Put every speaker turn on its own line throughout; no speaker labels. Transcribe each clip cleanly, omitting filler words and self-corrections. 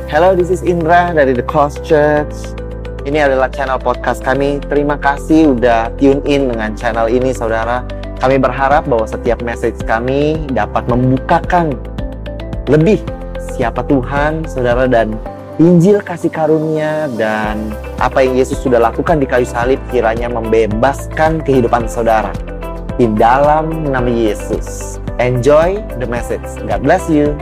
Hello, this is Indra dari The Cross Church. Ini adalah channel podcast kami. Terima kasih udah tune in dengan channel ini, saudara. Kami berharap bahwa setiap message kami dapat membukakan lebih siapa Tuhan, saudara, dan Injil kasih karunia dan apa yang Yesus sudah lakukan di kayu salib kiranya membebaskan kehidupan saudara. Di dalam nama Yesus. Enjoy the message. God bless you.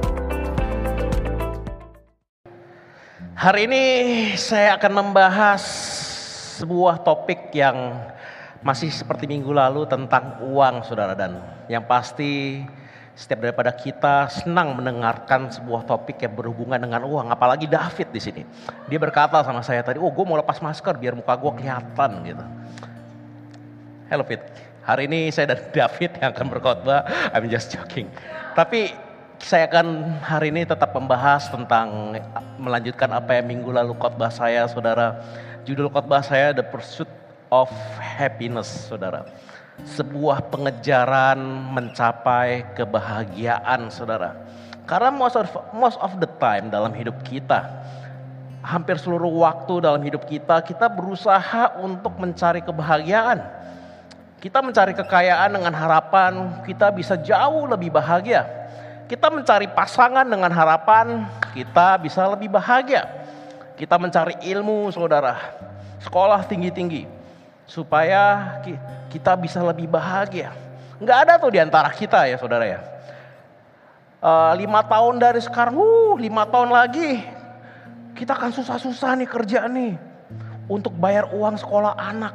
Hari ini saya akan membahas sebuah topik yang masih seperti minggu lalu tentang uang, saudara, dan yang pasti setiap daripada kita senang mendengarkan sebuah topik yang berhubungan dengan uang, apalagi David di sini. Dia berkata sama saya tadi, gue mau lepas masker biar muka gue kelihatan gitu. Hello Fit, hari ini saya dan David yang akan berkhotbah. I'm just joking. Tapi saya akan hari ini tetap membahas tentang melanjutkan apa yang minggu lalu khotbah saya, saudara. Judul khotbah saya The Pursuit of Happiness, saudara. Sebuah pengejaran mencapai kebahagiaan, saudara. Karena most of the time dalam hidup kita, hampir seluruh waktu dalam hidup kita, kita berusaha untuk mencari kebahagiaan. Kita mencari kekayaan dengan harapan kita bisa jauh lebih bahagia. Kita mencari pasangan dengan harapan kita bisa lebih bahagia. Kita mencari ilmu, saudara, sekolah tinggi-tinggi supaya kita bisa lebih bahagia. Nggak ada tuh di antara kita ya, saudara ya. 5 tahun dari sekarang, 5 tahun lagi kita akan susah-susah nih kerja nih untuk bayar uang sekolah anak.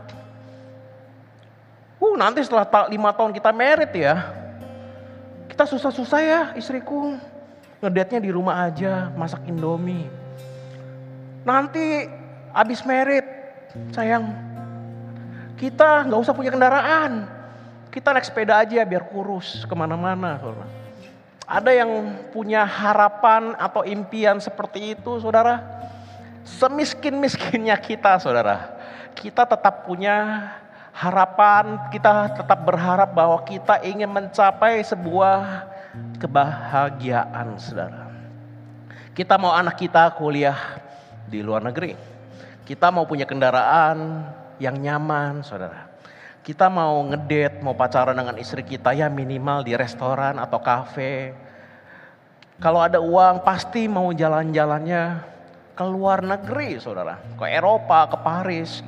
Nanti setelah 5 tahun kita married ya, kita susah-susah ya istriku, ngedate-nya di rumah aja, masak Indomie. Nanti abis married, sayang, kita gak usah punya kendaraan. Kita naik sepeda aja biar kurus kemana-mana. Saudara. Ada yang punya harapan atau impian seperti itu, saudara. Semiskin-miskinnya kita, saudara. Kita tetap punya harapan, kita tetap berharap bahwa kita ingin mencapai sebuah kebahagiaan, saudara. Kita mau anak kita kuliah di luar negeri. Kita mau punya kendaraan yang nyaman, saudara. Kita mau ngedate, mau pacaran dengan istri kita ya minimal di restoran atau kafe. Kalau ada uang pasti mau jalan-jalannya ke luar negeri, saudara. Ke Eropa, ke Paris.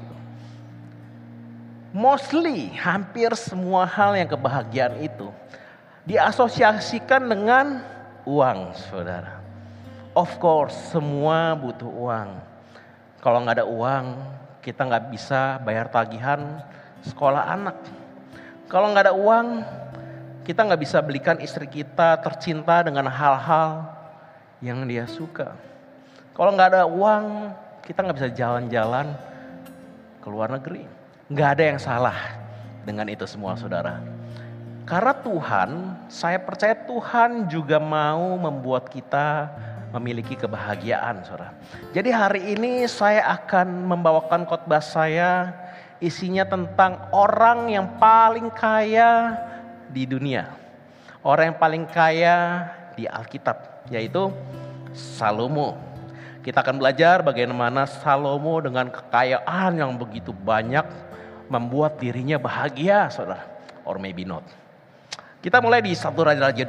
Mostly hampir semua hal yang kebahagiaan itu diasosiasikan dengan uang, saudara. Of course semua butuh uang. Kalau gak ada uang kita gak bisa bayar tagihan sekolah anak. Kalau gak ada uang kita gak bisa belikan istri kita tercinta dengan hal-hal yang dia suka. Kalau gak ada uang kita gak bisa jalan-jalan ke luar negeri. Gak ada yang salah dengan itu semua, saudara. Karena Tuhan, saya percaya Tuhan juga mau membuat kita memiliki kebahagiaan, saudara. Jadi hari ini saya akan membawakan khotbah saya isinya tentang orang yang paling kaya di dunia. Orang yang paling kaya di Alkitab, yaitu Salomo. Kita akan belajar bagaimana Salomo dengan kekayaan yang begitu banyak membuat dirinya bahagia, saudara. Or maybe not. Kita mulai di 1 Raja-Raja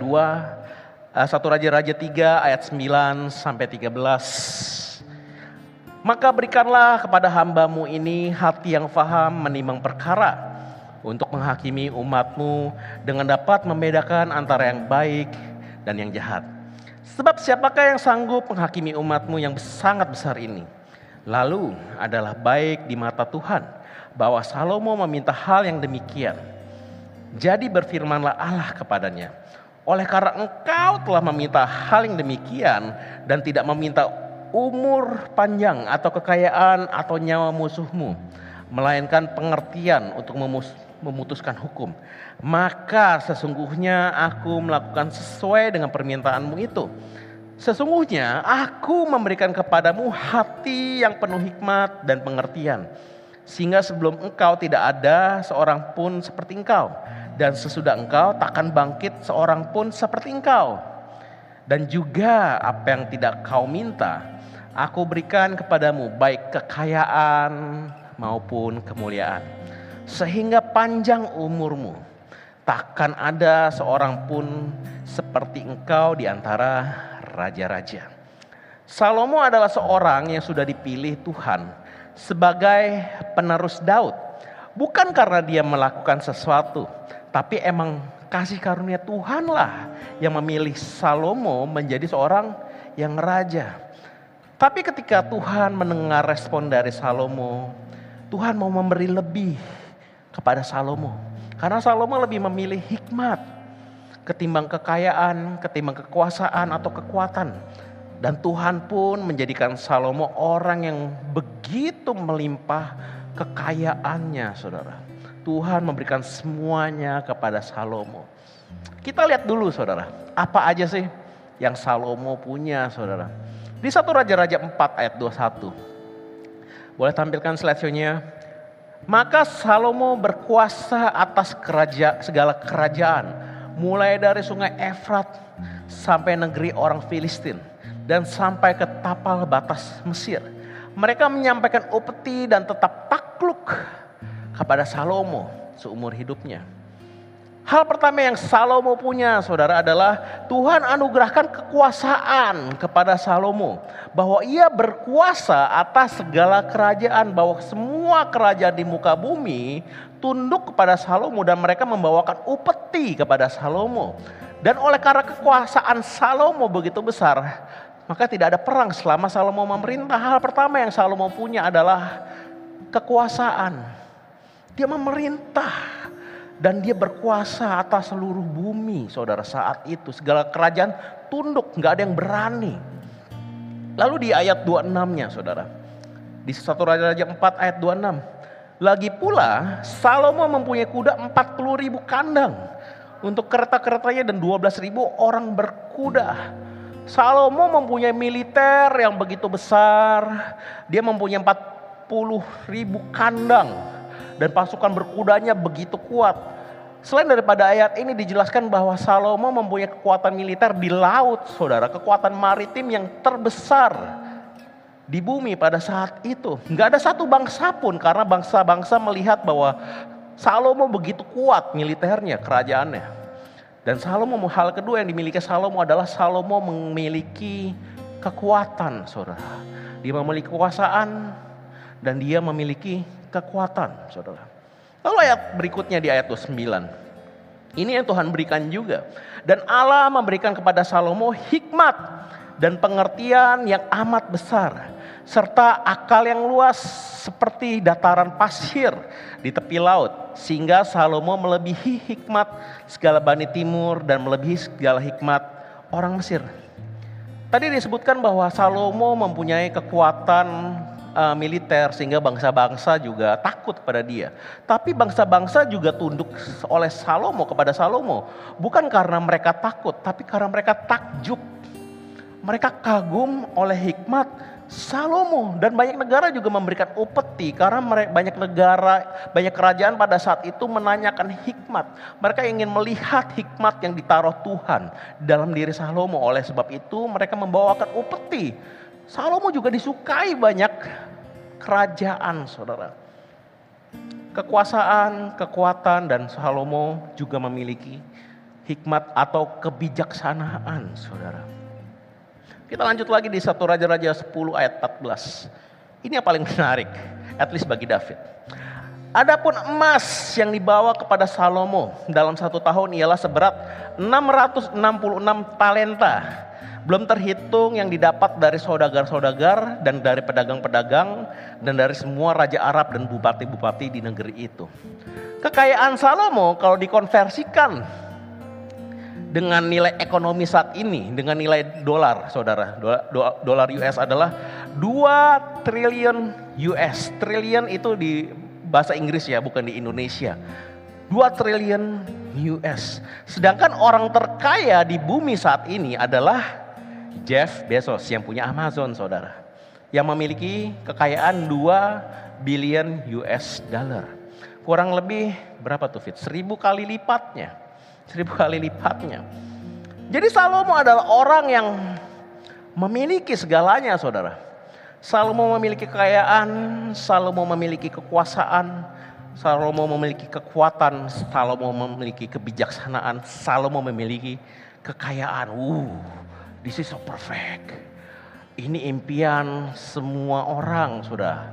2, 1 Raja-Raja 3 ayat 9 sampai 13. Maka berikanlah kepada hambamu ini hati yang faham menimbang perkara, untuk menghakimi umatmu dengan dapat membedakan antara yang baik dan yang jahat. Sebab siapakah yang sanggup menghakimi umatmu yang sangat besar ini? Lalu adalah baik di mata Tuhan bahwa Salomo meminta hal yang demikian. Jadi berfirmanlah Allah kepadanya, oleh karena engkau telah meminta hal yang demikian dan tidak meminta umur panjang atau kekayaan atau nyawa musuhmu, melainkan pengertian untuk memutuskan hukum, maka sesungguhnya aku melakukan sesuai dengan permintaanmu itu. Sesungguhnya aku memberikan kepadamu hati yang penuh hikmat dan pengertian, sehingga sebelum engkau tidak ada seorang pun seperti engkau, dan sesudah engkau takkan bangkit seorang pun seperti engkau. Dan juga apa yang tidak kau minta, aku berikan kepadamu, baik kekayaan maupun kemuliaan. Sehingga panjang umurmu, takkan ada seorang pun seperti engkau di antara raja-raja. Salomo adalah seorang yang sudah dipilih Tuhan sebagai penerus Daud. Bukan karena dia melakukan sesuatu, tapi emang kasih karunia Tuhanlah yang memilih Salomo menjadi seorang yang raja. Tapi ketika Tuhan mendengar respon dari Salomo, Tuhan mau memberi lebih kepada Salomo. Karena Salomo lebih memilih hikmat ketimbang kekayaan, ketimbang kekuasaan atau kekuatan. Dan Tuhan pun menjadikan Salomo orang yang begitu melimpah kekayaannya, saudara. Tuhan memberikan semuanya kepada Salomo. Kita lihat dulu, saudara, apa aja sih yang Salomo punya, saudara. Di 1 Raja-Raja 4 ayat 21. Boleh tampilkan slide show-nya. Maka Salomo berkuasa atas segala kerajaan, mulai dari sungai Efrat sampai negeri orang Filistin dan sampai ke tapal batas Mesir. Mereka menyampaikan upeti dan tetap takluk kepada Salomo seumur hidupnya. Hal pertama yang Salomo punya, saudara, adalah Tuhan anugerahkan kekuasaan kepada Salomo. Bahwa ia berkuasa atas segala kerajaan, bahwa semua kerajaan di muka bumi tunduk kepada Salomo dan mereka membawakan upeti kepada Salomo. Dan oleh karena kekuasaan Salomo begitu besar, maka tidak ada perang selama Salomo memerintah. Hal pertama yang Salomo punya adalah kekuasaan. Dia memerintah dan dia berkuasa atas seluruh bumi, saudara. Saat itu segala kerajaan tunduk, gak ada yang berani. Lalu di ayat 26-nya, saudara, di 1 Raja-Raja 4 ayat 26. Lagi pula Salomo mempunyai kuda 40.000 kandang untuk kereta-keretanya dan 12.000 orang berkuda. Salomo mempunyai militer yang begitu besar. Dia mempunyai 40.000 kandang dan pasukan berkudanya begitu kuat. Selain daripada ayat ini dijelaskan bahwa Salomo mempunyai kekuatan militer di laut, saudara. Kekuatan maritim yang terbesar di bumi pada saat itu. Gak ada satu bangsa pun, karena bangsa-bangsa melihat bahwa Salomo begitu kuat militernya, kerajaannya. Dan Salomo, hal kedua yang dimiliki Salomo adalah Salomo memiliki kekuatan, saudara. Dia memiliki kekuasaan dan dia memiliki kekuatan, saudara. Lalu ayat berikutnya di ayat 29. Ini yang Tuhan berikan juga. Dan Allah memberikan kepada Salomo hikmat dan pengertian yang amat besar, serta akal yang luas seperti dataran pasir di tepi laut, sehingga Salomo melebihi hikmat segala Bani Timur dan melebihi segala hikmat orang Mesir. Tadi disebutkan bahwa Salomo mempunyai kekuatan militer sehingga bangsa-bangsa juga takut kepada dia. Tapi bangsa-bangsa juga tunduk oleh Salomo kepada Salomo. Bukan karena mereka takut, tapi karena mereka takjub. Mereka kagum oleh hikmat Salomo. Dan banyak negara juga memberikan upeti karena banyak negara, banyak kerajaan pada saat itu menanyakan hikmat. Mereka ingin melihat hikmat yang ditaruh Tuhan dalam diri Salomo. Oleh sebab itu mereka membawakan upeti. Salomo juga disukai banyak kerajaan, saudara. Kekuasaan, kekuatan, dan Salomo juga memiliki hikmat atau kebijaksanaan, saudara. Kita lanjut lagi di 1 Raja-Raja 10 ayat 14. Ini yang paling menarik, at least bagi David. Adapun emas yang dibawa kepada Salomo dalam 1 tahun ialah seberat 666 talenta. Belum terhitung yang didapat dari saudagar-saudagar dan dari pedagang-pedagang dan dari semua raja Arab dan bupati-bupati di negeri itu. Kekayaan Salomo kalau dikonversikan dengan nilai ekonomi saat ini, dengan nilai dolar, saudara. Dolar US adalah 2 triliun US. Triliun itu di bahasa Inggris ya, bukan di Indonesia. 2 triliun US. Sedangkan orang terkaya di bumi saat ini adalah Jeff Bezos yang punya Amazon, saudara. Yang memiliki kekayaan 2 billion US dollar. Kurang lebih berapa tuh Fit? 1000 kali lipatnya. 1000 kali lipatnya. Jadi Salomo adalah orang yang memiliki segalanya, saudara. Salomo memiliki kekayaan, Salomo memiliki kekuasaan, Salomo memiliki kekuatan, Salomo memiliki kebijaksanaan, Salomo memiliki kekayaan. This is so perfect. Ini impian semua orang, saudara.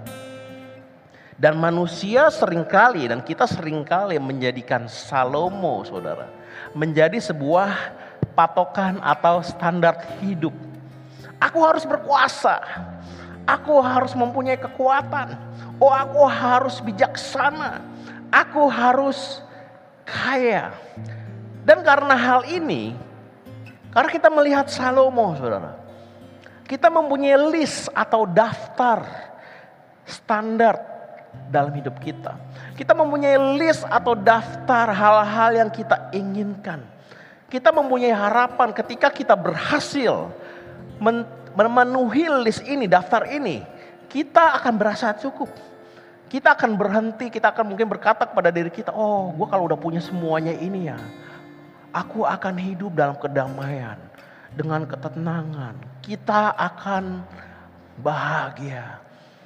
Dan manusia seringkali, dan kita seringkali menjadikan Salomo, saudara, menjadi sebuah patokan atau standar hidup. Aku harus berkuasa. Aku harus mempunyai kekuatan. Aku harus bijaksana. Aku harus kaya. Dan karena hal ini, karena kita melihat Salomo, saudara, kita mempunyai list atau daftar standar dalam hidup kita. Kita mempunyai list atau daftar hal-hal yang kita inginkan. Kita mempunyai harapan ketika kita berhasil memenuhi list ini, daftar ini, kita akan berasa cukup. Kita akan berhenti, kita akan mungkin berkata kepada diri kita, gue kalau udah punya semuanya ini ya, aku akan hidup dalam kedamaian, dengan ketenangan. Kita akan bahagia.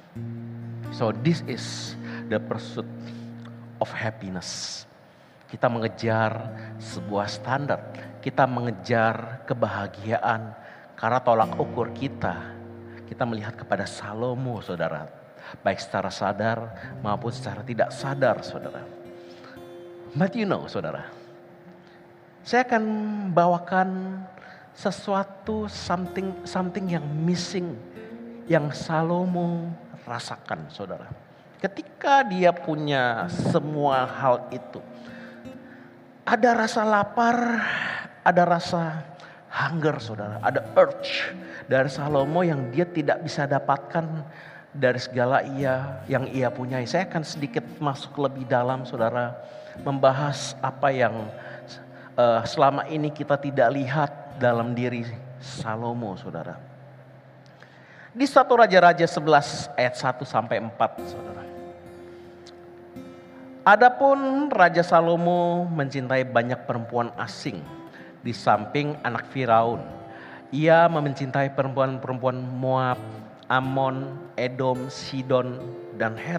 So this is the pursuit of happiness. Kita mengejar sebuah standar, kita mengejar kebahagiaan. Karena tolak ukur kita melihat kepada Salomo, saudara. Baik secara sadar maupun secara tidak sadar, saudara. But you know, saudara, saya akan bawakan sesuatu something yang missing, yang Salomo rasakan, saudara. Ketika dia punya semua hal itu, ada rasa lapar, ada rasa hunger, saudara. Ada urge dari Salomo yang dia tidak bisa dapatkan dari segala yang ia punyai. Saya akan sedikit masuk lebih dalam, saudara, membahas apa yang selama ini kita tidak lihat dalam diri Salomo, saudara. Di 1 Raja-Raja 11 ayat 1 sampai 4, saudara. Adapun Raja Salomo mencintai banyak perempuan asing di samping anak Firaun. Ia mencintai perempuan-perempuan Moab, Amon, Edom, Sidon, dan Het.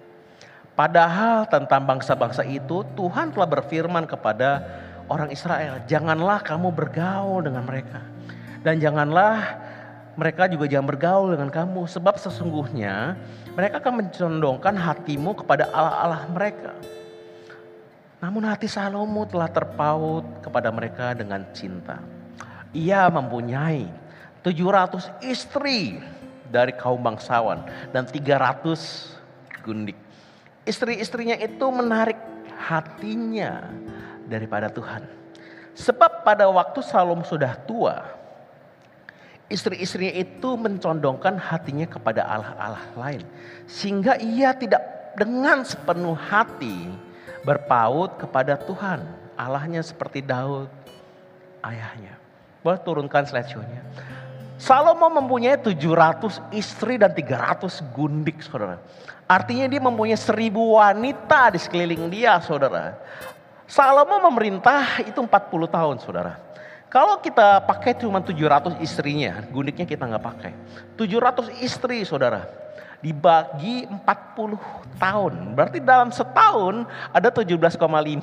Padahal tentang bangsa-bangsa itu Tuhan telah berfirman kepada orang Israel, janganlah kamu bergaul dengan mereka. Dan janganlah mereka juga jangan bergaul dengan kamu. Sebab sesungguhnya mereka akan mencondongkan hatimu kepada Allah-Allah mereka. Namun hati Salomo telah terpaut kepada mereka dengan cinta. Ia mempunyai 700 istri dari kaum bangsawan dan 300 gundik. Istri-istrinya itu menarik hatinya daripada Tuhan. Sebab pada waktu Salomo sudah tua, istri-istrinya itu mencondongkan hatinya kepada Allah-Allah lain. Sehingga ia tidak dengan sepenuh hati berpaut kepada Tuhan. Allahnya seperti Daud ayahnya. Boleh turunkan slide show-nya. Salomo mempunyai 700 istri dan 300 gundik, saudara. Artinya dia mempunyai 1000 wanita di sekeliling dia, saudara. Salomo memerintah itu 40 tahun, saudara. Kalau kita pakai cuma 700 istrinya, gundiknya kita nggak pakai. 700 istri, saudara. Dibagi 40 tahun. Berarti dalam setahun ada 17,5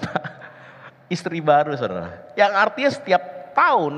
istri baru, saudara. Yang artinya setiap tahun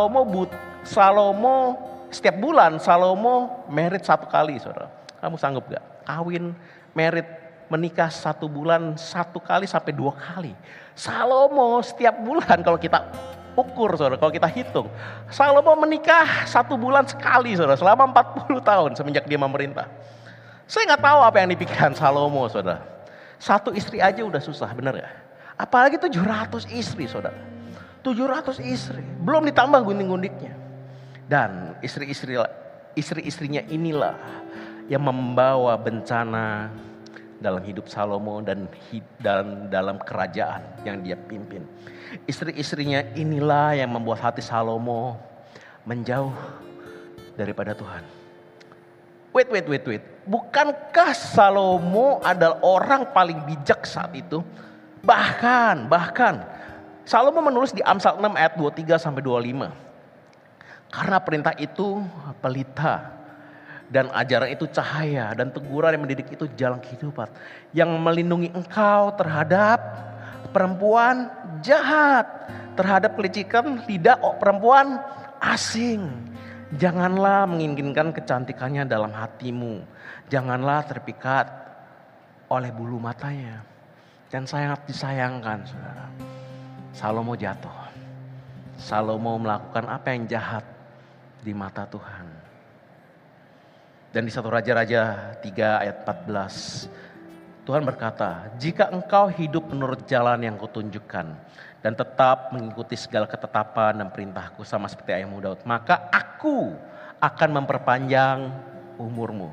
Salomo setiap bulan Salomo merit 1 kali, saudara. Kamu sanggup gak? Kawin, merit, menikah 1 bulan 1 kali sampai 2 kali. Salomo setiap bulan kalau kita ukur, saudara, kalau kita hitung. Salomo menikah 1 bulan sekali, saudara, selama 40 tahun semenjak dia memerintah. Saya gak tahu apa yang dipikirkan Salomo, saudara. 1 istri aja udah susah, bener gak? Apalagi 700 istri, saudara. 700 istri, belum ditambah gundik-gundiknya. Dan istri-istrinya inilah yang membawa bencana dalam hidup Salomo dan dalam kerajaan yang dia pimpin. Istri-istrinya inilah yang membuat hati Salomo menjauh daripada Tuhan. Wait. Bukankah Salomo adalah orang paling bijak saat itu? Bahkan Salomo menulis di Amsal 6 ayat 23 sampai 25. Karena perintah itu pelita dan ajaran itu cahaya dan teguran yang mendidik itu jalan kehidupan yang melindungi engkau terhadap perempuan jahat, terhadap kelicikan lidah perempuan asing. Janganlah menginginkan kecantikannya dalam hatimu. Janganlah terpikat oleh bulu matanya. Dan sangat disayangkan, saudara. Salomo jatuh. Salomo melakukan apa yang jahat di mata Tuhan. Dan di 1 Raja-Raja 3 ayat 14. Tuhan berkata, jika engkau hidup menurut jalan yang kutunjukkan dan tetap mengikuti segala ketetapan dan perintahku sama seperti ayahmu Daud, maka aku akan memperpanjang umurmu.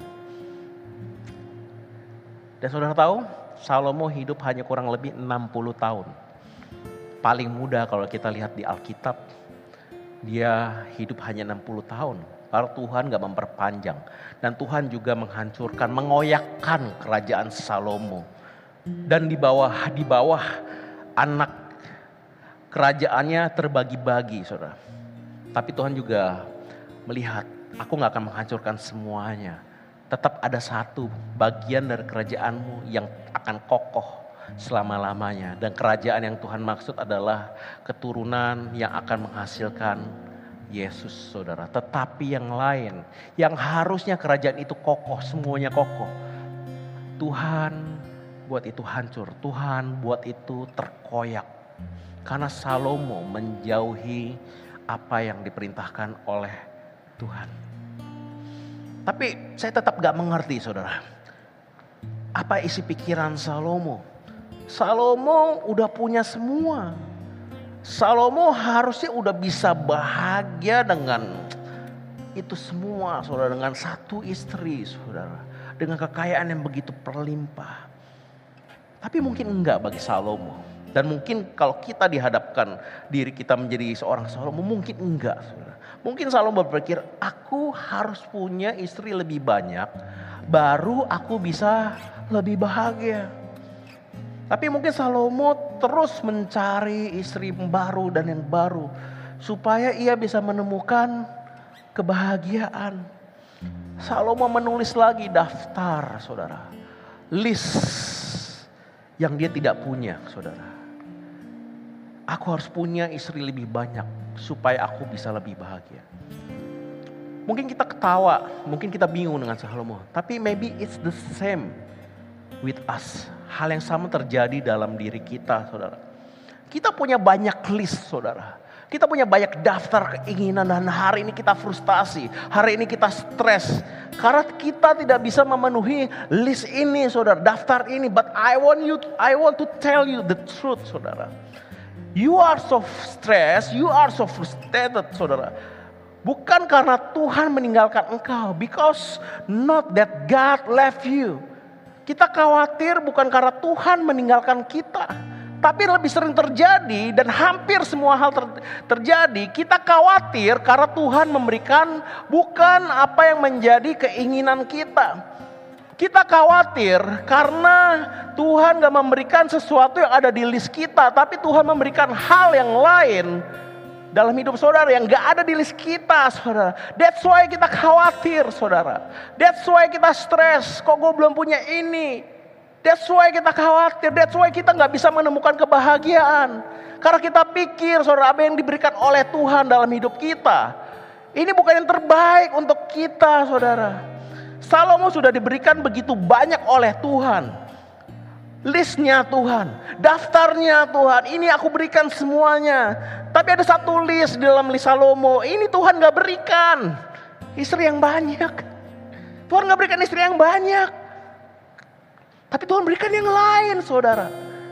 Dan saudara tahu, Salomo hidup hanya kurang lebih 60 tahun. Paling muda kalau kita lihat di Alkitab, dia hidup hanya 60 tahun. Karena Tuhan gak memperpanjang. Dan Tuhan juga menghancurkan, mengoyakkan kerajaan Salomo. Dan di bawah anak kerajaannya terbagi-bagi, saudara. Tapi Tuhan juga melihat, aku gak akan menghancurkan semuanya. Tetap ada satu bagian dari kerajaanmu yang akan kokoh selama-lamanya. Dan kerajaan yang Tuhan maksud adalah keturunan yang akan menghasilkan Yesus, saudara. Tetapi yang lain, yang harusnya kerajaan itu kokoh, semuanya kokoh, Tuhan buat itu hancur. Tuhan buat itu terkoyak. Karena Salomo menjauhi apa yang diperintahkan oleh Tuhan. Tapi saya tetap gak mengerti, saudara. Apa isi pikiran Salomo? Salomo udah punya semua. Salomo harusnya udah bisa bahagia dengan itu semua, saudara. Dengan satu istri, saudara. Dengan kekayaan yang begitu berlimpah. Tapi mungkin enggak bagi Salomo. Dan mungkin kalau kita dihadapkan diri kita menjadi seorang Salomo, mungkin enggak, saudara. Mungkin Salomo berpikir, aku harus punya istri lebih banyak, baru aku bisa lebih bahagia. Tapi mungkin Salomo terus mencari istri baru dan yang baru, supaya ia bisa menemukan kebahagiaan. Salomo menulis lagi daftar, saudara. List yang dia tidak punya, saudara. Aku harus punya istri lebih banyak supaya aku bisa lebih bahagia. Mungkin kita ketawa, mungkin kita bingung dengan Salomo. Tapi maybe it's the same with us. Hal yang sama terjadi dalam diri kita, saudara. Kita punya banyak list, saudara. Kita punya banyak daftar keinginan dan hari ini kita frustasi. Hari ini kita stres. Karena kita tidak bisa memenuhi list ini, saudara. Daftar ini. But I want to tell you the truth, saudara. You are so stressed, you are so frustrated, saudara. Bukan karena Tuhan meninggalkan engkau. Because not that God left you. Kita khawatir bukan karena Tuhan meninggalkan kita. Tapi lebih sering terjadi dan hampir semua hal terjadi. Kita khawatir karena Tuhan memberikan bukan apa yang menjadi keinginan kita. Kita khawatir karena Tuhan gak memberikan sesuatu yang ada di list kita. Tapi Tuhan memberikan hal yang lain dalam hidup saudara yang gak ada di list kita, saudara. That's why kita khawatir, saudara. That's why kita stres. Kok gue belum punya ini? That's why kita khawatir. That's why kita gak bisa menemukan kebahagiaan. Karena kita pikir, saudara, apa yang diberikan oleh Tuhan dalam hidup kita, ini bukan yang terbaik untuk kita, saudara. Salomo sudah diberikan begitu banyak oleh Tuhan. Listnya Tuhan, daftarnya Tuhan, ini aku berikan semuanya. Tapi ada satu list di dalam list Salomo, ini Tuhan gak berikan. Istri yang banyak. Tuhan gak berikan istri yang banyak. Tapi Tuhan berikan yang lain, saudara.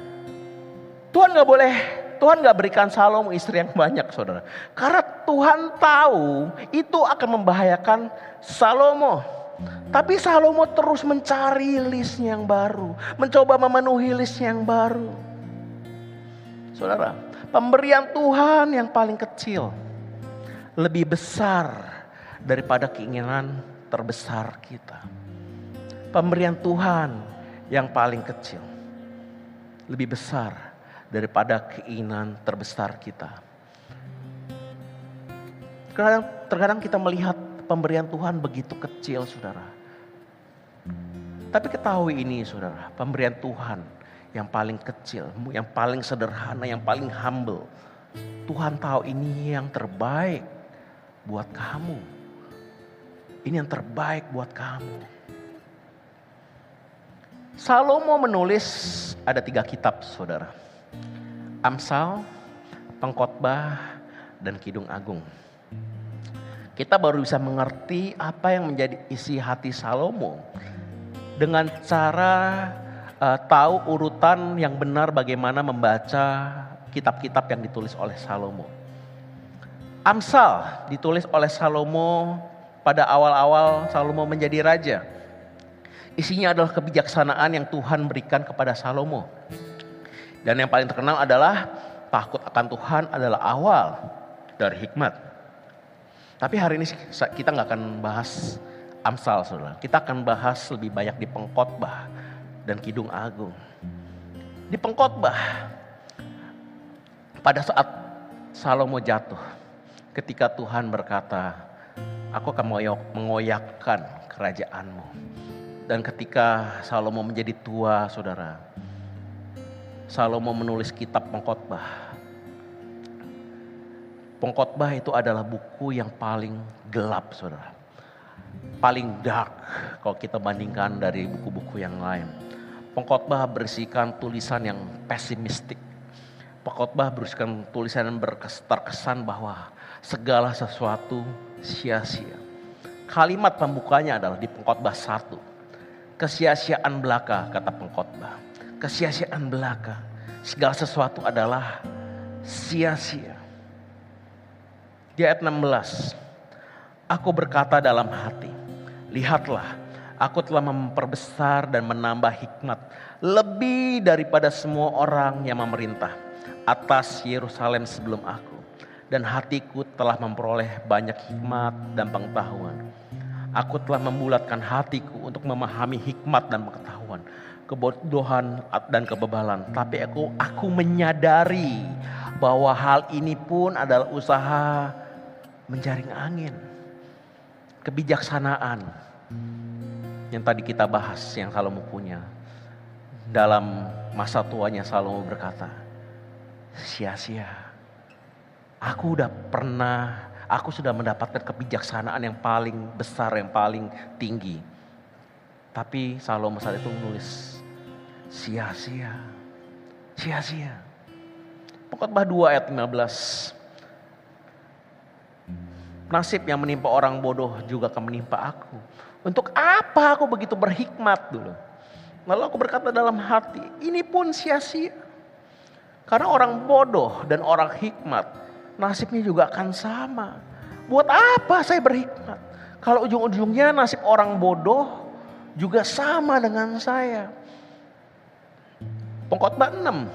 Tuhan gak berikan Salomo istri yang banyak, saudara. Karena Tuhan tahu itu akan membahayakan Salomo. Tapi Salomo terus mencari list yang baru. Mencoba memenuhi list yang baru. Saudara, pemberian Tuhan yang paling kecil lebih besar daripada keinginan terbesar kita. Pemberian Tuhan yang paling kecil lebih besar daripada keinginan terbesar kita. Terkadang kita melihat pemberian Tuhan begitu kecil, saudara. Tapi ketahui ini, saudara, pemberian Tuhan yang paling kecil, yang paling sederhana, yang paling humble. Tuhan tahu ini yang terbaik buat kamu. Ini yang terbaik buat kamu. Salomo menulis ada 3 kitab, saudara. Amsal, Pengkhotbah, dan Kidung Agung. Kita baru bisa mengerti apa yang menjadi isi hati Salomo dengan cara tahu urutan yang benar bagaimana membaca kitab-kitab yang ditulis oleh Salomo. Amsal ditulis oleh Salomo pada awal-awal Salomo menjadi raja. Isinya adalah kebijaksanaan yang Tuhan berikan kepada Salomo. Dan yang paling terkenal adalah takut akan Tuhan adalah awal dari hikmat. Tapi hari ini kita nggak akan bahas Amsal, saudara. Kita akan bahas lebih banyak di Pengkhotbah dan Kidung Agung. Di Pengkhotbah, pada saat Salomo jatuh, ketika Tuhan berkata, aku akan mengoyakkan kerajaanmu. Dan ketika Salomo menjadi tua, saudara, Salomo menulis kitab Pengkhotbah. Pengkhotbah itu adalah buku yang paling gelap, saudara. Paling dark kalau kita bandingkan dari buku-buku yang lain. Pengkhotbah berisikan tulisan yang pesimistik. Pengkhotbah berisikan tulisan yang terkesan bahwa segala sesuatu sia-sia. Kalimat pembukanya adalah di Pengkhotbah 1. Kesia-siaan belaka, kata Pengkhotbah. Kesia-siaan belaka. Segala sesuatu adalah sia-sia. Di ayat 16, aku berkata dalam hati, lihatlah, aku telah memperbesar dan menambah hikmat lebih daripada semua orang yang memerintah atas Yerusalem sebelum aku. Dan hatiku telah memperoleh banyak hikmat dan pengetahuan. Aku telah membulatkan hatiku untuk memahami hikmat dan pengetahuan, kebodohan dan kebebalan. Tapi aku menyadari bahwa hal ini pun adalah usaha menjaring angin. Kebijaksanaan yang tadi kita bahas, yang Salomo punya. Dalam masa tuanya Salomo berkata, sia-sia. Aku sudah mendapatkan kebijaksanaan yang paling besar, yang paling tinggi. Tapi Salomo saat itu menulis, sia-sia. Sia-sia. Pengkhotbah 2 ayat 15. Nasib yang menimpa orang bodoh juga akan menimpa aku. Untuk apa aku begitu berhikmat dulu? Lalu aku berkata dalam hati, ini pun sia-sia. Karena orang bodoh dan orang hikmat, nasibnya juga akan sama. Buat apa saya berhikmat? Kalau ujung-ujungnya nasib orang bodoh juga sama dengan saya. Pengkhotbah 6.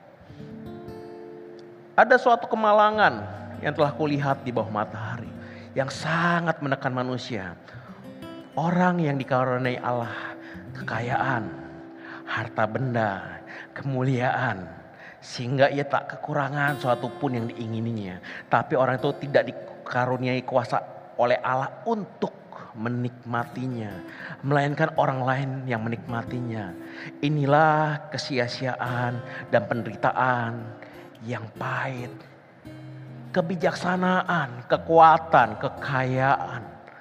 Ada suatu kemalangan yang telah kulihat di bawah matahari, yang sangat menekan manusia. Orang yang dikaruniai Allah kekayaan, harta benda, kemuliaan, sehingga ia tak kekurangan suatu pun yang diingininya. Tapi orang itu tidak dikaruniai kuasa oleh Allah untuk menikmatinya, melainkan orang lain yang menikmatinya. Inilah kesia-siaan dan penderitaan yang pahit. Kebijaksanaan, kekuatan, kekayaan,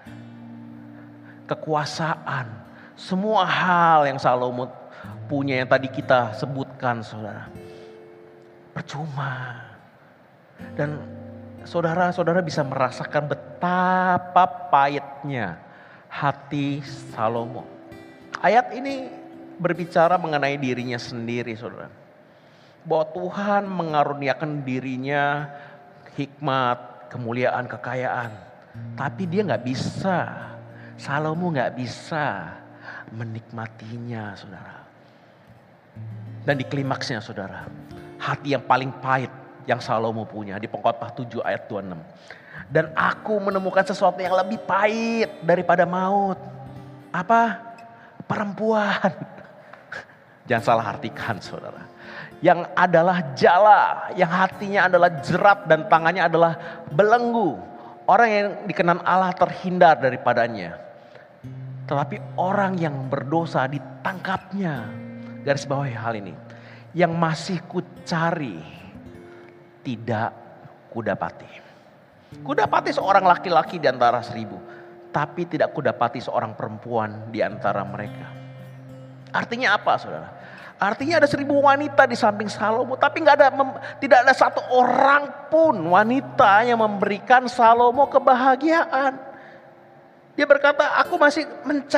kekuasaan, semua hal yang Salomo punya yang tadi kita sebutkan, saudara, percuma. Dan saudara-saudara bisa merasakan betapa pahitnya hati Salomo. Ayat ini berbicara mengenai dirinya sendiri, saudara. Bahwa Tuhan mengaruniakan dirinya hikmat, kemuliaan, kekayaan. Tapi dia gak bisa, Salomo gak bisa menikmatinya, saudara. Dan di klimaksnya, saudara, hati yang paling pahit yang Salomo punya di Pengkhotbah 7 ayat 26. Dan aku menemukan sesuatu yang lebih pahit daripada maut. Apa? Perempuan. Jangan salah artikan saudara. Yang adalah jala, yang hatinya adalah jerat dan tangannya adalah belenggu. Orang yang dikenan Allah terhindar daripadanya. Tetapi orang yang berdosa ditangkapnya. Garis bawahi hal ini. Yang masih kucari tidak kudapati. Kudapati seorang laki-laki di antara 1000. Tapi tidak kudapati seorang perempuan di antara mereka. Artinya apa saudara? Artinya ada 1000 wanita di samping Salomo, tapi tidak ada satu orang pun wanita yang memberikan Salomo kebahagiaan. Dia berkata, aku masih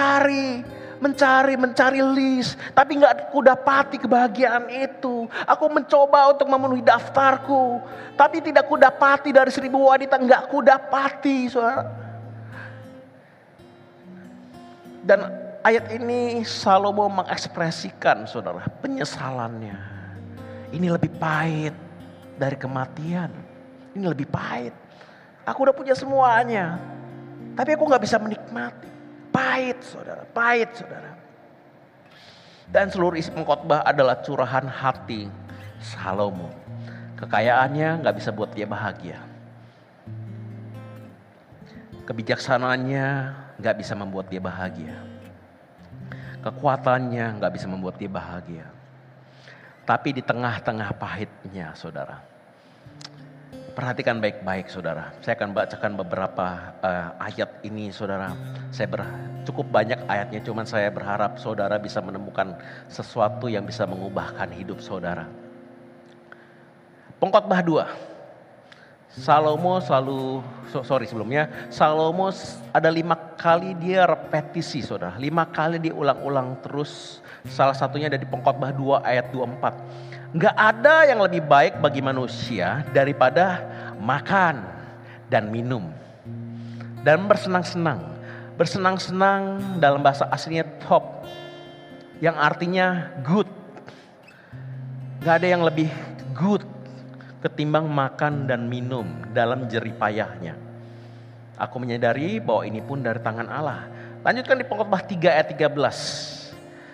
mencari list, tapi nggak kudapati kebahagiaan itu. Aku mencoba untuk memenuhi daftarku, tapi tidak kudapati dari 1000 wanita, nggak kudapati, saudara. Dan ayat ini Salomo mengekspresikan saudara penyesalannya. Ini lebih pahit dari kematian. Ini lebih pahit. Aku udah punya semuanya. Tapi aku gak bisa menikmati. Pahit saudara, pahit saudara. Dan seluruh isi pengkhotbah adalah curahan hati Salomo. Kekayaannya gak bisa buat dia bahagia. Kebijaksanaannya gak bisa membuat dia bahagia. Kekuatannya gak bisa membuat dia bahagia. Tapi di tengah-tengah pahitnya saudara. Perhatikan baik-baik saudara. Saya akan bacakan beberapa ayat ini saudara. Cukup banyak ayatnya, cuman saya berharap saudara bisa menemukan sesuatu yang bisa mengubahkan hidup saudara. Pengkhotbah 2. Salomo ada 5 kali dia repetisi saudara. 5 kali diulang-ulang terus. Salah satunya ada di Pengkhotbah 2 ayat 24. Gak ada yang lebih baik bagi manusia daripada makan dan minum. Dan bersenang-senang. Bersenang-senang dalam bahasa aslinya top. Yang artinya good. Gak ada yang lebih good ketimbang makan dan minum dalam jerih payahnya. Aku menyadari bahwa ini pun dari tangan Allah. Lanjutkan di Pengkhotbah 3 ayat 13.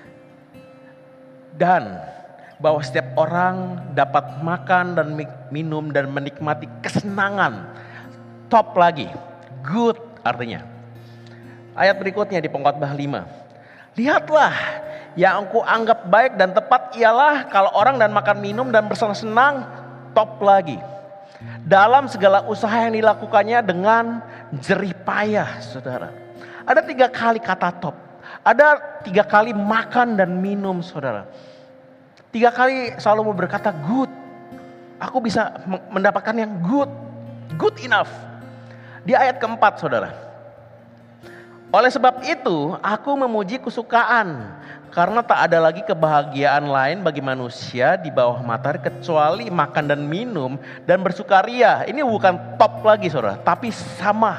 Dan bahwa setiap orang dapat makan dan minum dan menikmati kesenangan. Top lagi, good artinya. Ayat berikutnya di Pengkhotbah 5. Lihatlah, yang aku anggap baik dan tepat ialah kalau orang dan makan minum dan bersenang-senang. Top lagi. Dalam segala usaha yang dilakukannya dengan jerih payah saudara. Ada 3 kali kata top. Ada 3 kali makan dan minum saudara. 3 kali Salomo berkata good. Aku bisa mendapatkan yang good. Good enough. Di ayat keempat saudara. Oleh sebab itu aku memuji kesukaan. Karena tak ada lagi kebahagiaan lain bagi manusia di bawah matahari kecuali makan dan minum dan bersukaria. Ini bukan top lagi saudara, tapi sama.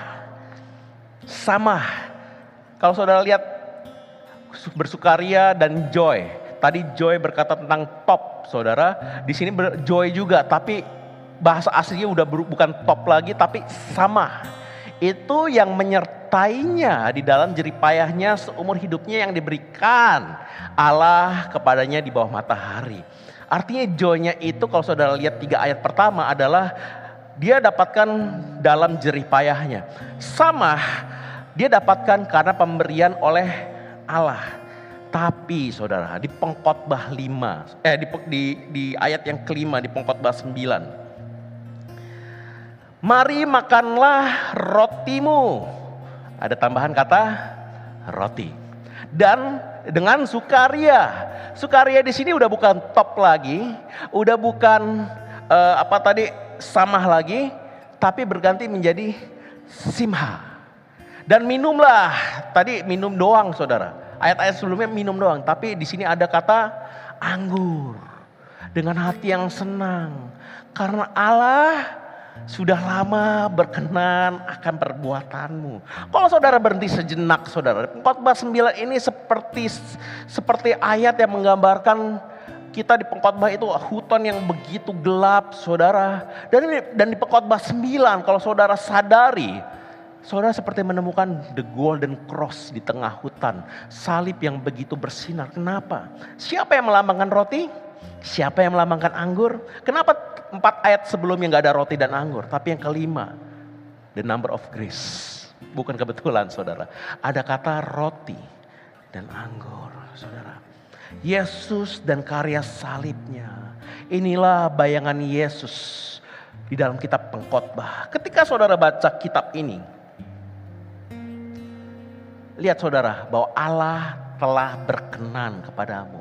Kalau saudara lihat bersukaria dan joy. Tadi joy berkata tentang top saudara. Di sini joy juga, tapi bahasa aslinya udah bukan top lagi, tapi sama. Itu yang menyertainya di dalam jerih payahnya seumur hidupnya yang diberikan Allah kepadanya di bawah matahari. Artinya joy-nya itu kalau saudara lihat 3 ayat pertama adalah dia dapatkan dalam jerih payahnya. Sama dia dapatkan karena pemberian oleh Allah. Tapi saudara di Pengkhotbah 5, di ayat yang kelima di Pengkhotbah 9. Mari makanlah rotimu. Ada tambahan kata roti. Dan dengan sukaria. Sukaria di sini udah bukan top lagi, udah bukan samah lagi, tapi berganti menjadi simha. Dan minumlah. Tadi minum doang saudara. Ayat-ayat sebelumnya minum doang, tapi di sini ada kata anggur. Dengan hati yang senang. Karena Allah sudah lama berkenan akan perbuatanmu. Kalau saudara berhenti sejenak saudara. Pengkhotbah 9 ini seperti ayat yang menggambarkan kita di pengkhotbah itu hutan yang begitu gelap saudara. Dan di Pengkhotbah 9 kalau saudara sadari Saudara seperti menemukan the golden cross di tengah hutan. Salib yang begitu bersinar. Kenapa? Siapa yang melambangkan roti? Siapa yang melambangkan anggur? Kenapa 4 ayat sebelumnya gak ada roti dan anggur? Tapi yang kelima, the number of grace. Bukan kebetulan saudara. Ada kata roti dan anggur saudara. Yesus dan karya salibnya. Inilah bayangan Yesus di dalam kitab Pengkhotbah. Ketika saudara baca kitab ini, lihat saudara bahwa Allah telah berkenan kepadamu.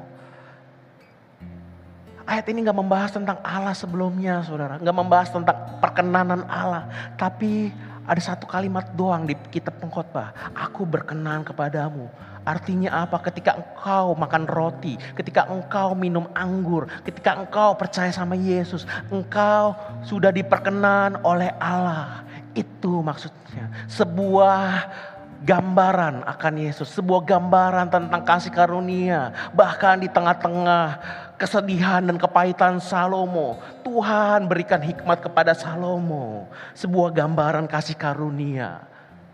Ayat ini gak membahas tentang Allah sebelumnya saudara. Gak membahas tentang perkenanan Allah. Tapi ada satu kalimat doang di kitab Pengkhotbah. Aku berkenan kepadamu. Artinya apa? Ketika engkau makan roti, ketika engkau minum anggur, ketika engkau percaya sama Yesus, engkau sudah diperkenan oleh Allah. Itu maksudnya. Sebuah gambaran akan Yesus, sebuah gambaran tentang kasih karunia. Bahkan di tengah-tengah kesedihan dan kepahitan Salomo, Tuhan berikan hikmat kepada Salomo. Sebuah gambaran kasih karunia.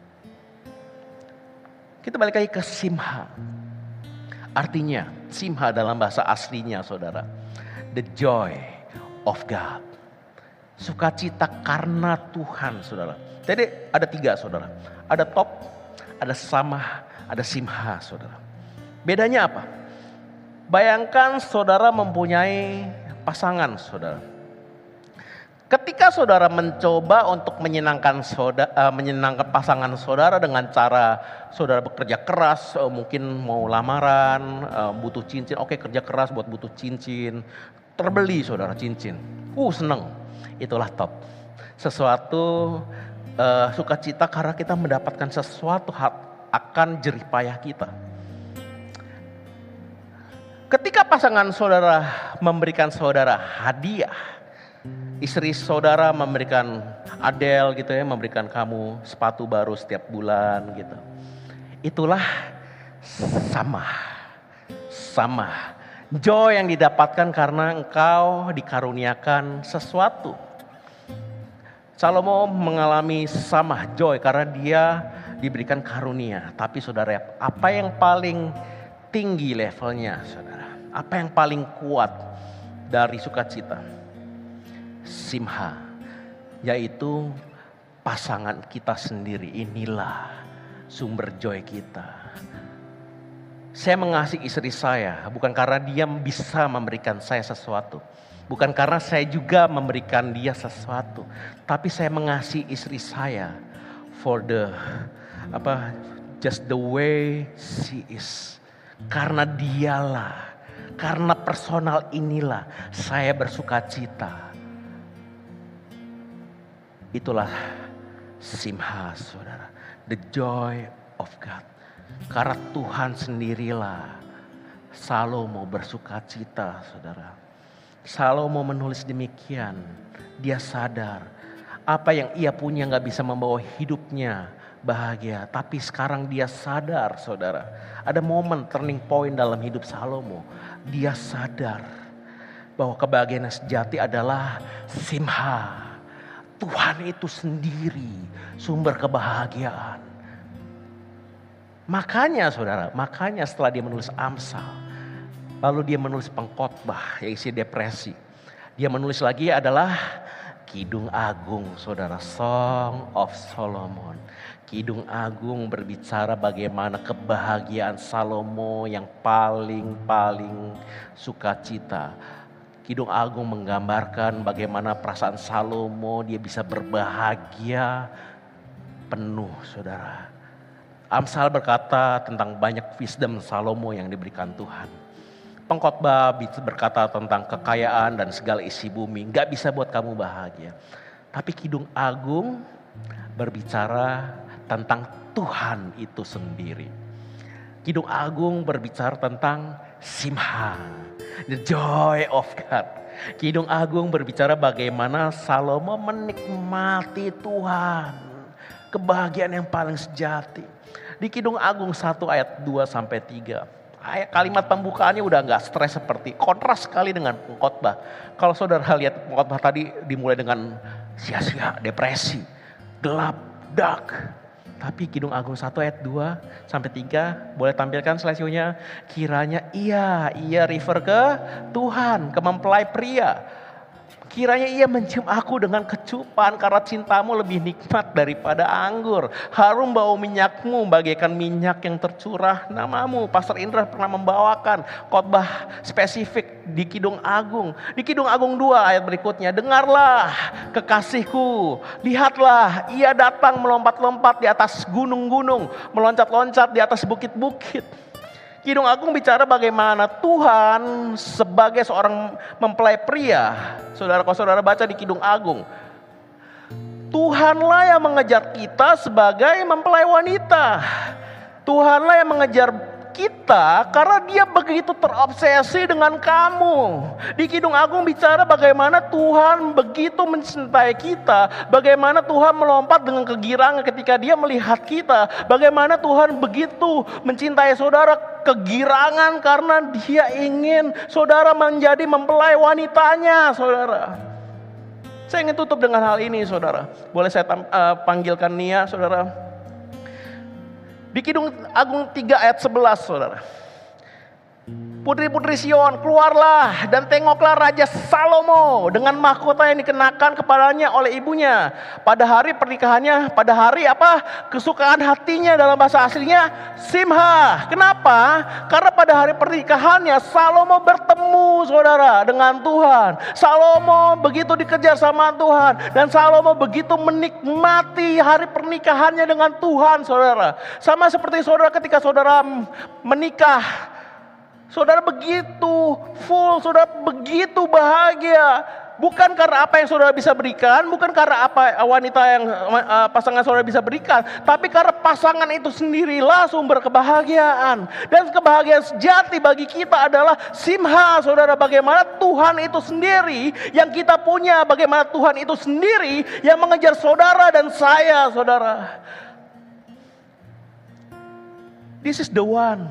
Kita balik lagi ke Simha. Artinya Simha dalam bahasa aslinya saudara, the joy of God. Sukacita karena Tuhan saudara. Jadi ada 3 saudara. Ada top, ada samah, ada simha saudara. Bedanya apa? Bayangkan saudara mempunyai pasangan saudara. Ketika saudara mencoba untuk menyenangkan pasangan saudara dengan cara saudara bekerja keras, mungkin mau lamaran, butuh cincin, oke kerja keras buat butuh cincin, terbeli saudara cincin, seneng, itulah top. Sesuatu sukacita karena kita mendapatkan sesuatu akan jerih payah kita. Ketika pasangan saudara memberikan saudara hadiah, istri saudara memberikan Adele gitu ya, memberikan kamu sepatu baru setiap bulan gitu. Itulah sama. Joy yang didapatkan karena engkau dikaruniakan sesuatu. Salomo mengalami sama joy karena dia diberikan karunia. Tapi saudara, apa yang paling tinggi levelnya saudara? Apa yang paling kuat dari sukacita? Simha, yaitu pasangan kita sendiri. Inilah sumber joy kita. Saya mengasihi istri saya bukan karena dia bisa memberikan saya sesuatu, bukan karena saya juga memberikan dia sesuatu, tapi saya mengasihi istri saya for just the way she is. Karena dialah, karena personal inilah saya bersukacita. Itulah simha saudara, the joy of God. Karena Tuhan sendirilah Salomo bersukacita saudara. Salomo menulis demikian, dia sadar apa yang ia punya gak bisa membawa hidupnya bahagia. Tapi sekarang dia sadar saudara, ada momen turning point dalam hidup Salomo. Dia sadar bahwa kebahagiaan sejati adalah simha. Tuhan itu sendiri sumber kebahagiaan. Makanya saudara, setelah dia menulis Amsal, lalu dia menulis Pengkhotbah yang isi depresi. Dia menulis lagi adalah Kidung Agung saudara, Song of Solomon. Kidung Agung berbicara bagaimana kebahagiaan Salomo yang paling sukacita. Kidung Agung menggambarkan bagaimana perasaan Salomo, dia bisa berbahagia penuh saudara. Amsal berkata tentang banyak wisdom Salomo yang diberikan Tuhan. Pengkhotbah berkata tentang kekayaan dan segala isi bumi, gak bisa buat kamu bahagia. Tapi Kidung Agung berbicara tentang Tuhan itu sendiri. Kidung Agung berbicara tentang simha, the joy of God. Kidung Agung berbicara bagaimana Salomo menikmati Tuhan, kebahagiaan yang paling sejati. Di Kidung Agung 1 ayat 2-3, kalimat pembukaannya udah gak stres seperti, kontras sekali dengan Pengkhotbah. Kalau saudara lihat Pengkhotbah tadi dimulai dengan sia-sia, depresi, gelap, dark. Tapi Kidung Agung 1 ayat 2 sampai 3, boleh tampilkan slide-nya. Kiranya ia refer ke Tuhan, ke mempelai pria. Kiranya ia mencium aku dengan kecupan karena cintamu lebih nikmat daripada anggur. Harum bau minyakmu bagaikan minyak yang tercurah namamu. Pastor Indra pernah membawakan khotbah spesifik di Kidung Agung. Di Kidung Agung 2 ayat berikutnya. Dengarlah kekasihku, lihatlah ia datang melompat-lompat di atas gunung-gunung, meloncat-loncat di atas bukit-bukit. Kidung Agung bicara bagaimana Tuhan sebagai seorang mempelai pria. Saudara, kalau saudara baca di Kidung Agung, Tuhanlah yang mengejar kita sebagai mempelai wanita. Tuhanlah yang mengejar kita karena dia begitu terobsesi dengan kamu. Di Kidung Agung bicara bagaimana Tuhan begitu mencintai kita. Bagaimana Tuhan melompat dengan kegirangan ketika dia melihat kita. Bagaimana Tuhan begitu mencintai saudara, kegirangan karena dia ingin saudara menjadi mempelai wanitanya, saudara. Saya ingin tutup dengan hal ini, saudara. Boleh saya panggilkan Nia, saudara. Di Kidung Agung 3 ayat 11, saudara. Putri-putri Sion, keluarlah dan tengoklah Raja Salomo dengan mahkota yang dikenakan kepadanya oleh ibunya. Pada hari pernikahannya, pada hari apa? Kesukaan hatinya, dalam bahasa aslinya Simha. Kenapa? Karena pada hari pernikahannya Salomo bertemu, saudara, dengan Tuhan. Salomo begitu dikejar sama Tuhan. Dan Salomo begitu menikmati hari pernikahannya dengan Tuhan, saudara. Sama seperti saudara ketika saudara menikah. Saudara begitu full, saudara begitu bahagia. Bukan karena apa yang saudara bisa berikan, bukan karena apa wanita yang pasangan saudara bisa berikan. Tapi karena pasangan itu sendirilah sumber kebahagiaan. Dan kebahagiaan sejati bagi kita adalah Simha, saudara. Bagaimana Tuhan itu sendiri yang kita punya. Bagaimana Tuhan itu sendiri yang mengejar saudara dan saya, saudara. This is the one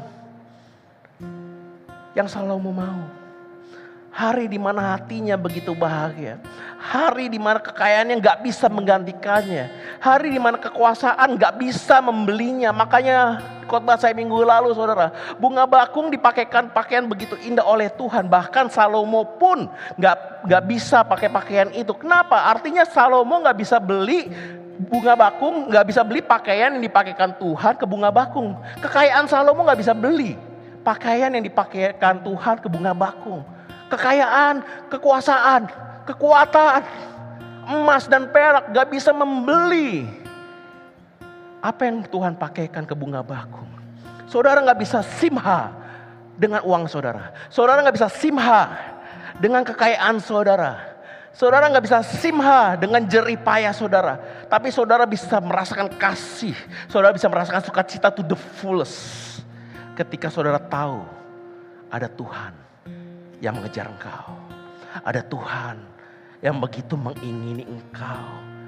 yang Salomo mau. Hari di mana hatinya begitu bahagia. Hari di mana kekayaannya gak bisa menggantikannya. Hari di mana kekuasaan gak bisa membelinya. Makanya khotbah saya minggu lalu, saudara. Bunga bakung dipakaikan pakaian begitu indah oleh Tuhan. Bahkan Salomo pun gak bisa pakai pakaian itu. Kenapa? Artinya Salomo gak bisa beli bunga bakung, gak bisa beli pakaian yang dipakaikan Tuhan ke bunga bakung. Kekayaan Salomo gak bisa beli pakaian yang dipakaikan Tuhan ke bunga bakung. Kekayaan, kekuasaan, kekuatan, emas dan perak gak bisa membeli apa yang Tuhan pakaikan ke bunga bakung. Saudara gak bisa Simha dengan uang saudara. Saudara gak bisa Simha dengan kekayaan saudara. Saudara gak bisa Simha dengan jerih payah saudara. Tapi saudara bisa merasakan kasih. Saudara bisa merasakan sukacita to the fullest. Ketika saudara tahu ada Tuhan yang mengejar engkau. Ada Tuhan yang begitu mengingini engkau.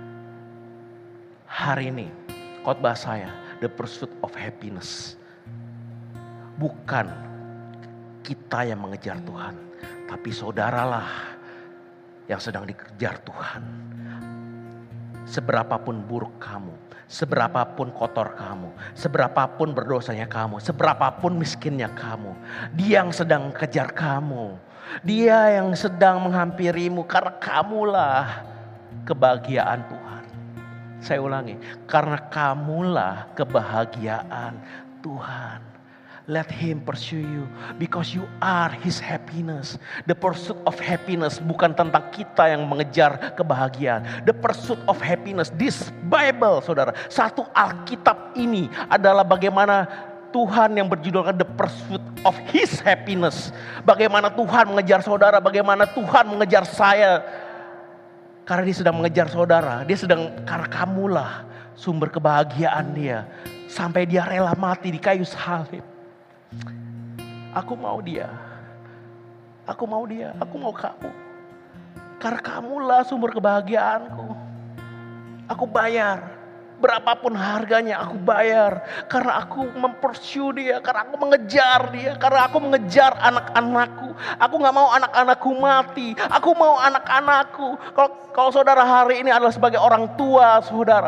Hari ini khotbah saya, the pursuit of happiness. Bukan kita yang mengejar Tuhan. Tapi saudaralah yang sedang dikejar Tuhan. Seberapapun buruk kamu, seberapapun kotor kamu, seberapapun berdosanya kamu, seberapapun miskinnya kamu, dia yang sedang kejar kamu, dia yang sedang menghampirimu karena kamulah kebahagiaan Tuhan. Saya ulangi, karena kamulah kebahagiaan Tuhan. Let him pursue you because you are his happiness. The pursuit of happiness bukan tentang kita yang mengejar kebahagiaan. The pursuit of happiness, this Bible, saudara. Satu Alkitab ini adalah bagaimana Tuhan yang berjudulkan the pursuit of his happiness. Bagaimana Tuhan mengejar saudara, bagaimana Tuhan mengejar saya. Karena dia sedang mengejar saudara, dia sedang, karena kamulah sumber kebahagiaan dia. Sampai dia rela mati di kayu salib. Aku mau dia. Aku mau dia. Aku mau kamu. Karena kamulah sumber kebahagiaanku. Aku bayar. Berapapun harganya aku bayar. Karena aku mempursue dia. Karena aku mengejar dia. Karena aku mengejar anak-anakku. Aku gak mau anak-anakku mati. Aku mau anak-anakku. Kalau saudara hari ini adalah sebagai orang tua saudara.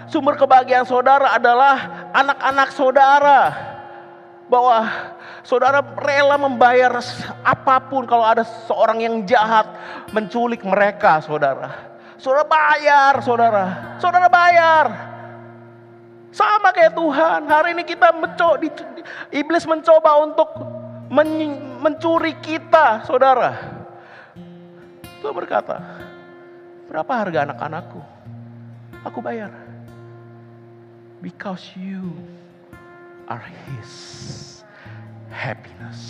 Sumber kebahagiaan saudara adalah anak-anak saudara. Bahwa saudara rela membayar apapun kalau ada seorang yang jahat menculik mereka, saudara. Saudara bayar, saudara. Saudara bayar. Sama kayak Tuhan. Hari ini kita iblis mencoba untuk mencuri kita, saudara. Tuhan berkata, berapa harga anak-anakku? Aku bayar. Because you are His happiness.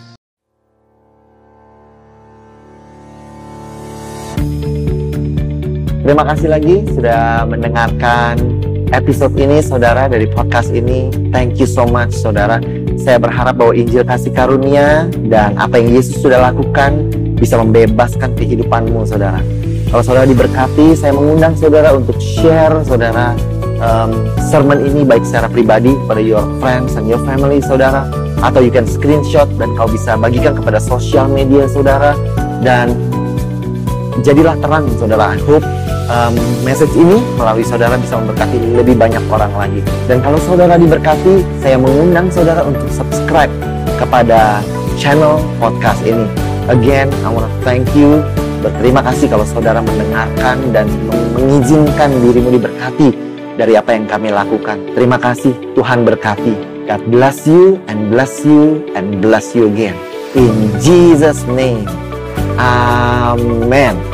Terima kasih lagi sudah mendengarkan episode ini, saudara, dari podcast ini. Thank you so much, saudara. Saya berharap bahwa Injil kasih karunia dan apa yang Yesus sudah lakukan bisa membebaskan kehidupanmu, saudara. Kalau saudara diberkati, saya mengundang saudara untuk share, saudara, sermon ini baik secara pribadi kepada your friends and your family, saudara, atau you can screenshot dan kau bisa bagikan kepada sosial media, saudara, dan jadilah terang, saudara. I hope message ini melalui saudara bisa memberkati lebih banyak orang lagi. Dan kalau saudara diberkati, saya mengundang saudara untuk subscribe kepada channel podcast ini. Again, I want to thank you. Berterima kasih kalau saudara mendengarkan dan mengizinkan dirimu diberkati dari apa yang kami lakukan. Terima kasih, Tuhan berkati. God bless you and bless you and bless you again. In Jesus' name, Amen.